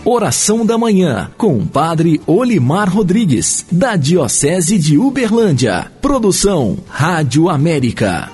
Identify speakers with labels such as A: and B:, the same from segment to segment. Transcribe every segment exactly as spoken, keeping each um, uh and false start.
A: Oração da Manhã, com o Padre Olimar Rodrigues, da Diocese de Uberlândia. Produção Rádio América.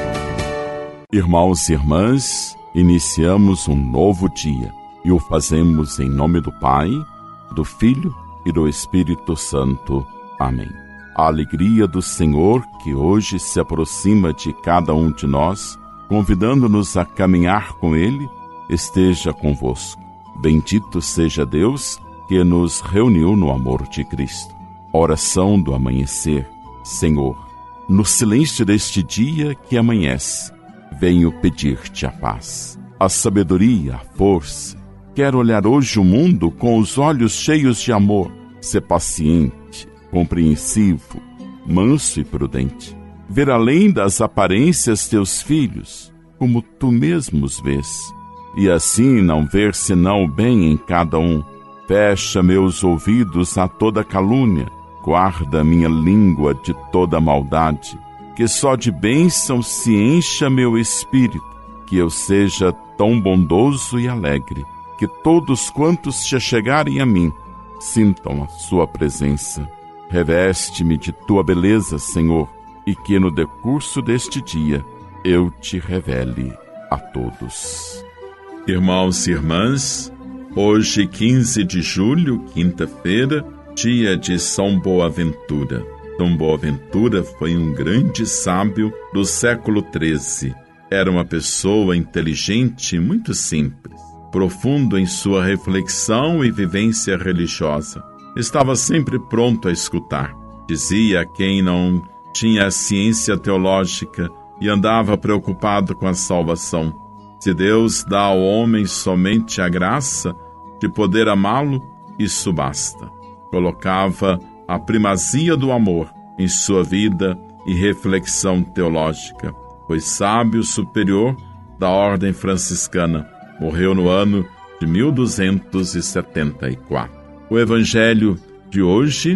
B: Irmãos e irmãs, iniciamos um novo dia e o fazemos em nome do Pai, do Filho e do Espírito Santo. Amém. A alegria do Senhor, que hoje se aproxima de cada um de nós, convidando-nos a caminhar com Ele, esteja convosco. Bendito seja Deus que nos reuniu no amor de Cristo. Oração do amanhecer. Senhor, no silêncio deste dia que amanhece, venho pedir-te a paz, a sabedoria, a força. Quero olhar hoje o mundo com os olhos cheios de amor, ser paciente, compreensivo, manso e prudente. Ver além das aparências teus filhos, como tu mesmo os vês. E assim não ver senão o bem em cada um. Fecha meus ouvidos a toda calúnia, guarda minha língua de toda maldade, que só de bênção se encha meu espírito, que eu seja tão bondoso e alegre, que todos quantos se chegarem a mim, sintam a sua presença. Reveste-me de tua beleza, Senhor, e que no decurso deste dia eu te revele a todos. Irmãos e irmãs, hoje quinze de julho, quinta-feira, dia de São Boaventura. São Boaventura foi um grande sábio do século treze. Era uma pessoa inteligente e muito simples, profundo em sua reflexão e vivência religiosa. Estava sempre pronto a escutar. Dizia a quem não tinha a ciência teológica e andava preocupado com a salvação: se Deus dá ao homem somente a graça de poder amá-lo, isso basta. Colocava a primazia do amor em sua vida e reflexão teológica. Foi sábio superior da ordem franciscana. Morreu no ano de mil duzentos e setenta e quatro. O evangelho de hoje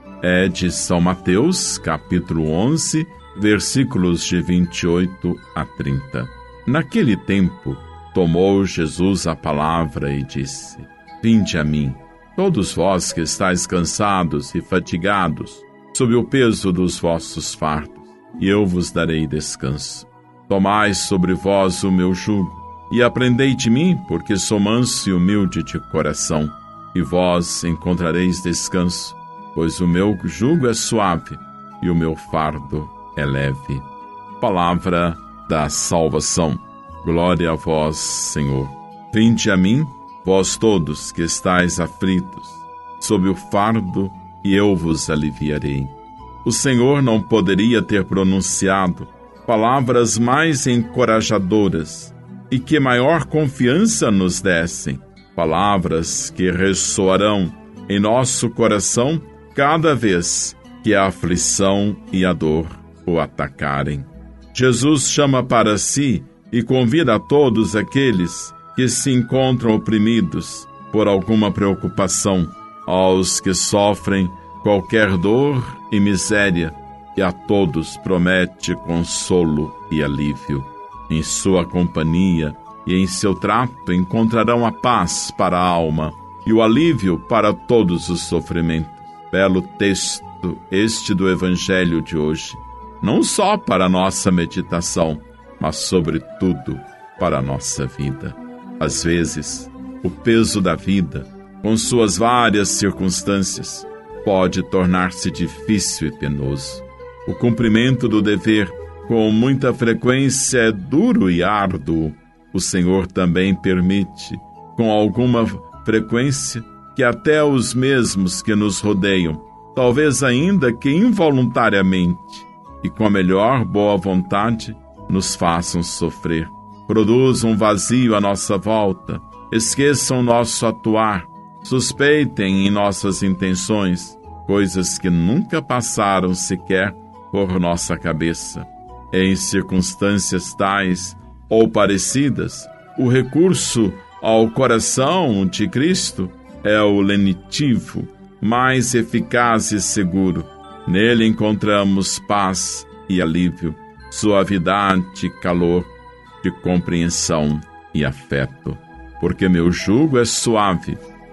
B: é de São Mateus, capítulo onze, versículos de vinte e oito a trinta. Naquele tempo, tomou Jesus a palavra e disse: Vinde a mim, todos vós que estáis cansados e fatigados, sob o peso dos vossos fardos, e eu vos darei descanso. Tomai sobre vós o meu jugo, e aprendei de mim, porque sou manso e humilde de coração, e vós encontrareis descanso, pois o meu jugo é suave e o meu fardo é leve. Palavra da salvação. Glória a vós, Senhor. Vinde a mim, vós todos que estáis aflitos, sob o fardo, e eu vos aliviarei. O Senhor não poderia ter pronunciado palavras mais encorajadoras e que maior confiança nos dessem, palavras que ressoarão em nosso coração cada vez que a aflição e a dor o atacarem. Jesus chama para si e convida a todos aqueles que se encontram oprimidos por alguma preocupação, aos que sofrem qualquer dor e miséria, e a todos promete consolo e alívio. Em sua companhia e em seu trato encontrarão a paz para a alma e o alívio para todos os sofrimentos. Belo texto este do Evangelho de hoje, não só para a nossa meditação, mas sobretudo para a nossa vida. Às vezes, o peso da vida, com suas várias circunstâncias, pode tornar-se difícil e penoso. O cumprimento do dever, com muita frequência, é duro e árduo. O Senhor também permite, com alguma frequência, que até os mesmos que nos rodeiam, talvez ainda que involuntariamente, e com a melhor boa vontade, nos façam sofrer. Produzam um vazio à nossa volta, esqueçam nosso atuar, suspeitem em nossas intenções coisas que nunca passaram sequer por nossa cabeça. Em circunstâncias tais ou parecidas, o recurso ao coração de Cristo é o lenitivo, mais eficaz e seguro. Nele encontramos paz e alívio, suavidade e calor, de compreensão e afeto. Porque meu jugo é suave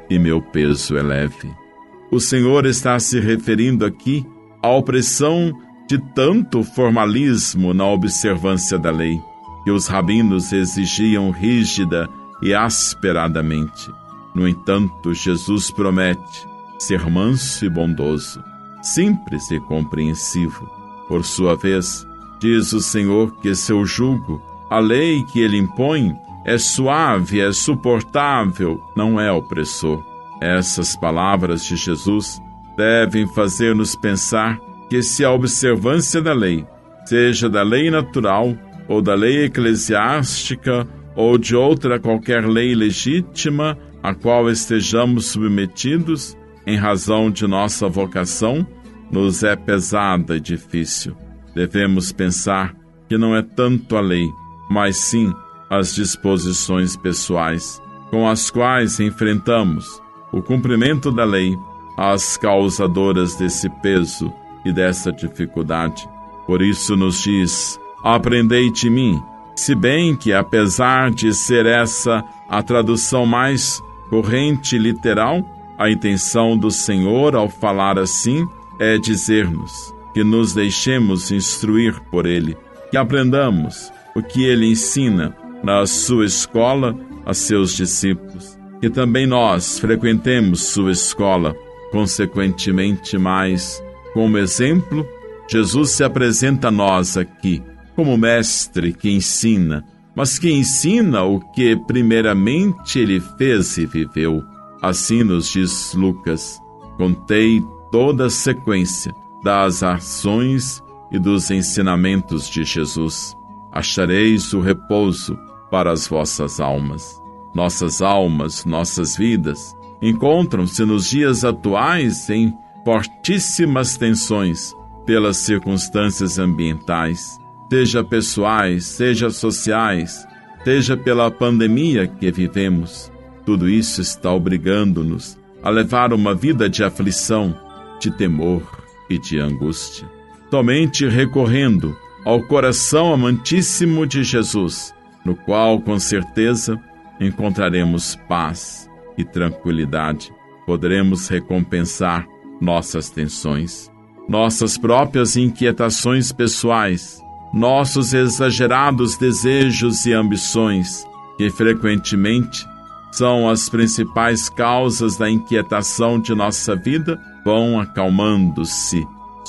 B: e meu peso é leve. O Senhor está se referindo aqui à opressão de tanto formalismo na observância da lei, que os rabinos exigiam rígida e asperadamente. No entanto, Jesus promete ser manso e bondoso, simples e compreensivo. Por sua vez, diz o Senhor que seu jugo, a lei que ele impõe, é suave, é suportável, não é opressor. Essas palavras de Jesus devem fazer-nos pensar que se a observância da lei, seja da lei natural ou da lei eclesiástica ou de outra qualquer lei legítima a qual estejamos submetidos, em razão de nossa vocação, nos é pesada e difícil. Devemos pensar que não é tanto a lei, mas sim as disposições pessoais com as quais enfrentamos o cumprimento da lei, as causadoras desse peso e dessa dificuldade. Por isso nos diz: aprendei de mim, se bem que, apesar de ser essa a tradução mais corrente e literal, a intenção do Senhor ao falar assim é dizer-nos que nos deixemos instruir por Ele, que aprendamos o que Ele ensina na sua escola a seus discípulos, que também nós frequentemos sua escola. Consequentemente, mais como exemplo, Jesus se apresenta a nós aqui como mestre que ensina, mas que ensina o que primeiramente ele fez e viveu. Assim nos diz Lucas: contei toda a sequência das ações e dos ensinamentos de Jesus. Achareis o repouso para as vossas almas. Nossas almas, nossas vidas, encontram-se nos dias atuais em fortíssimas tensões pelas circunstâncias ambientais, seja pessoais, seja sociais, seja pela pandemia que vivemos. Tudo isso está obrigando-nos a levar uma vida de aflição, de temor e de angústia. Somente recorrendo ao coração amantíssimo de Jesus, no qual, com certeza, encontraremos paz e tranquilidade, poderemos recompensar nossas tensões, nossas próprias inquietações pessoais, nossos exagerados desejos e ambições, que frequentemente são as principais causas da inquietação de nossa vida, vão acalmando-se,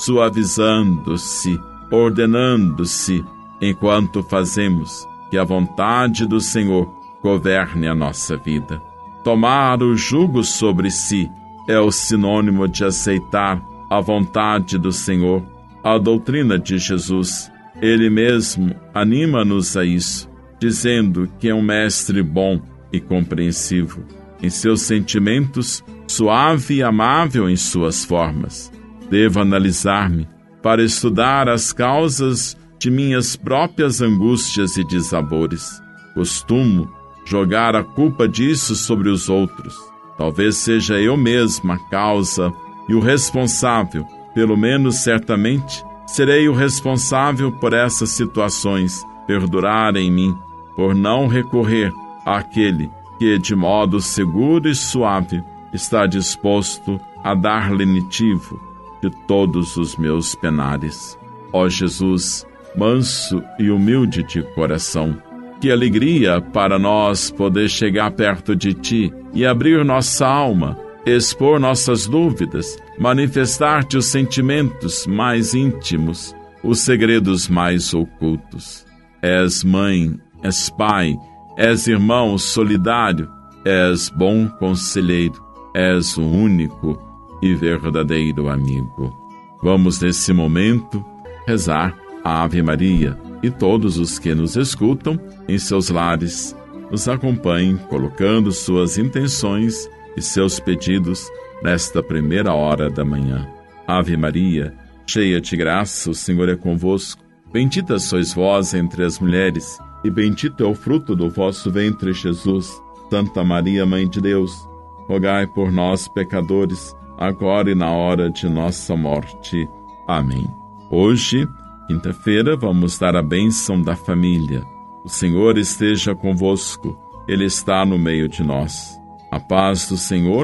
B: suavizando-se, ordenando-se, enquanto fazemos que a vontade do Senhor governe a nossa vida. Tomar o jugo sobre si é o sinônimo de aceitar a vontade do Senhor, a doutrina de Jesus. Ele mesmo anima-nos a isso, dizendo que é um mestre bom e compreensivo em seus sentimentos, suave e amável em suas formas. Devo analisar-me para estudar as causas de minhas próprias angústias e dissabores. Costumo jogar a culpa disso sobre os outros. Talvez seja eu mesma a causa e o responsável, pelo menos certamente serei o responsável por essas situações perdurarem em mim, por não recorrer àquele que, de modo seguro e suave, está disposto a dar lenitivo de todos os meus penares. Ó Jesus, manso e humilde de coração, que alegria para nós poder chegar perto de Ti e abrir nossa alma, expor nossas dúvidas, manifestar-te os sentimentos mais íntimos, os segredos mais ocultos. És mãe, és pai, és irmão solidário, és bom conselheiro, és o único e verdadeiro amigo. Vamos, nesse momento, rezar a Ave Maria, e todos os que nos escutam em seus lares nos acompanhem colocando suas intenções e seus pedidos nesta primeira hora da manhã. Ave Maria, cheia de graça, o Senhor é convosco. Bendita sois vós entre as mulheres, e bendito é o fruto do vosso ventre, Jesus. Santa Maria, Mãe de Deus, rogai por nós, pecadores, agora e na hora de nossa morte. Amém. Hoje, quinta-feira, vamos dar a bênção da família. O Senhor esteja convosco, Ele está no meio de nós. A paz do Senhor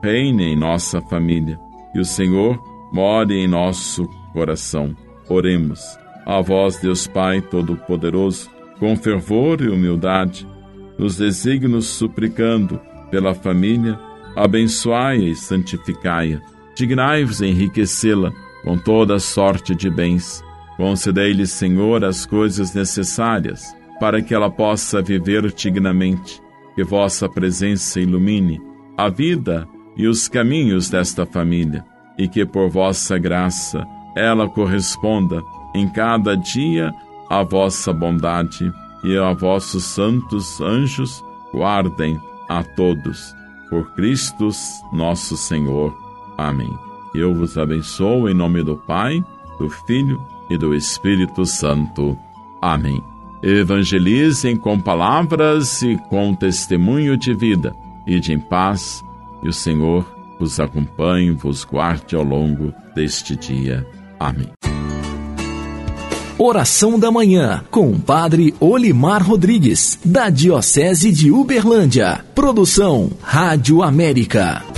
B: reine em nossa família e o Senhor more em nosso coração. Oremos. A vós, Deus Pai Todo-Poderoso, com fervor e humildade, nos desígnios suplicando pela família, abençoai-a e santificai-a. Dignai-vos enriquecê-la com toda sorte de bens. Concedei-lhe, Senhor, as coisas necessárias para que ela possa viver dignamente. Que vossa presença ilumine a vida e os caminhos desta família, e que por vossa graça ela corresponda em cada dia à vossa bondade, e a vossos santos anjos guardem a todos. Por Cristo nosso Senhor. Amém. Eu vos abençoo em nome do Pai, do Filho e do Espírito Santo. Amém. Evangelizem com palavras e com testemunho de vida. Ide em paz, e o Senhor vos acompanhe, vos guarde ao longo deste dia. Amém.
A: Oração da Manhã, com o Padre Olimar Rodrigues, da Diocese de Uberlândia. Produção Rádio América.